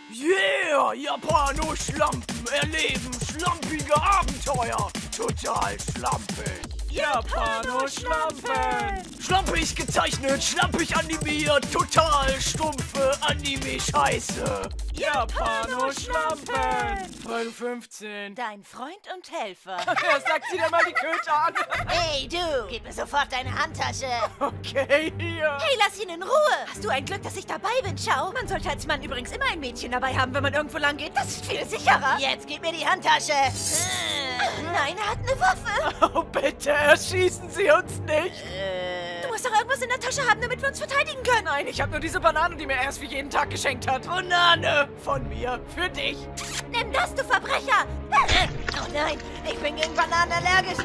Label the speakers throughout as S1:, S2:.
S1: Yeah, Japano-Schlampen erleben schlampige Abenteuer. Total schlampig.
S2: Japano-Schlampen.
S1: Schlampig gezeichnet, schlampig animiert, total stumpfe Anime-Scheiße.
S2: Japano-Schlampen.
S1: Folge 15.
S3: Dein Freund und Helfer.
S2: Ja, sagt sie dir mal die Köter an.
S3: Hey, du! Gib mir sofort deine Handtasche.
S1: Okay, hier.
S3: Hey, lass ihn in Ruhe! Hast du ein Glück, dass ich dabei bin, Schau? Man sollte als Mann übrigens immer ein Mädchen dabei haben, wenn man irgendwo lang geht. Das ist viel sicherer. Jetzt gib mir die Handtasche. Nein, er hat eine Waffe.
S1: Oh, bitte, erschießen Sie uns nicht.
S3: Du musst doch irgendwas in der Tasche haben, damit wir uns verteidigen können.
S2: Nein, ich habe nur diese Banane, die mir erst wie jeden Tag geschenkt hat.
S1: Banane von mir für dich.
S3: Nimm das, du Verbrecher! Oh nein, ich bin gegen Bananen allergisch.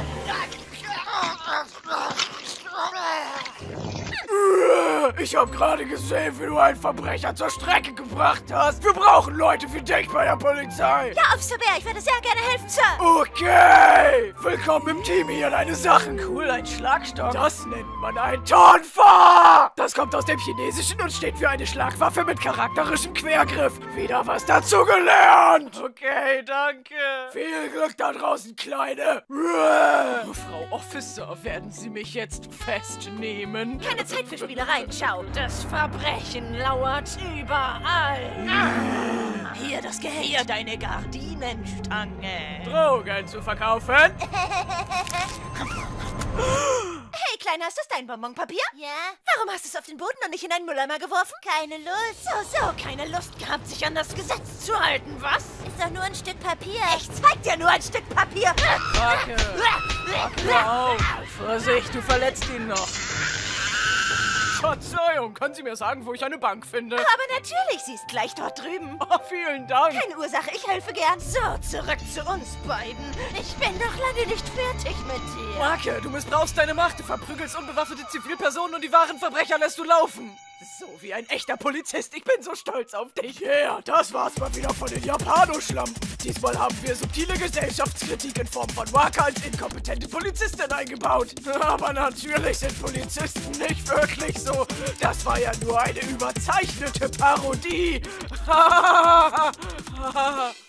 S1: Ich habe gerade gesehen, wie du einen Verbrecher zur Strecke gebracht hast. Wir brauchen Leute wie dich bei der Polizei.
S3: Ja, Officer Bär, ich werde sehr gerne helfen, Sir.
S1: Okay. Willkommen im Team hier. Deine Sachen. Cool, ein Schlagstock. Das nennt man ein Tonfa. Das kommt aus dem Chinesischen und steht für eine Schlagwaffe mit charakterischem Quergriff. Wieder was dazugelernt.
S2: Okay, danke.
S1: Viel Glück da draußen, Kleine.
S2: Frau Officer, werden Sie mich jetzt festnehmen?
S3: Keine Zeit für Spielereien, Schau.
S2: Das Verbrechen lauert überall.
S3: Hier das Geld.
S2: Hier deine Gardinenstange.
S1: Drogen zu verkaufen?
S3: Hey, Kleiner, ist das dein Bonbonpapier? Ja. Warum hast du es auf den Boden und nicht in einen Mülleimer geworfen? Keine Lust. So, keine Lust gehabt, sich an das Gesetz zu halten, was? Ist doch nur ein Stück Papier. Ich zeig dir nur ein Stück Papier.
S2: Wacke. Hör auf. Vorsicht, du verletzt ihn noch. Verzeihung, können Sie mir sagen, wo ich eine Bank finde?
S3: Aber natürlich, sie ist gleich dort drüben.
S2: Oh, vielen Dank.
S3: Keine Ursache, ich helfe gern. So, zurück zu uns beiden. Ich bin noch lange nicht fertig mit dir.
S2: Wacke, du missbrauchst deine Macht. Du verprügelst unbewaffnete Zivilpersonen und die wahren Verbrecher lässt du laufen. So wie ein echter Polizist. Ich bin so stolz auf dich.
S1: Yeah, das war's mal wieder von den Japano-Schlampen. Diesmal haben wir subtile Gesellschaftskritik in Form von Waka als inkompetente Polizistin eingebaut. Aber natürlich sind Polizisten nicht wirklich so. Das war ja nur eine überzeichnete Parodie.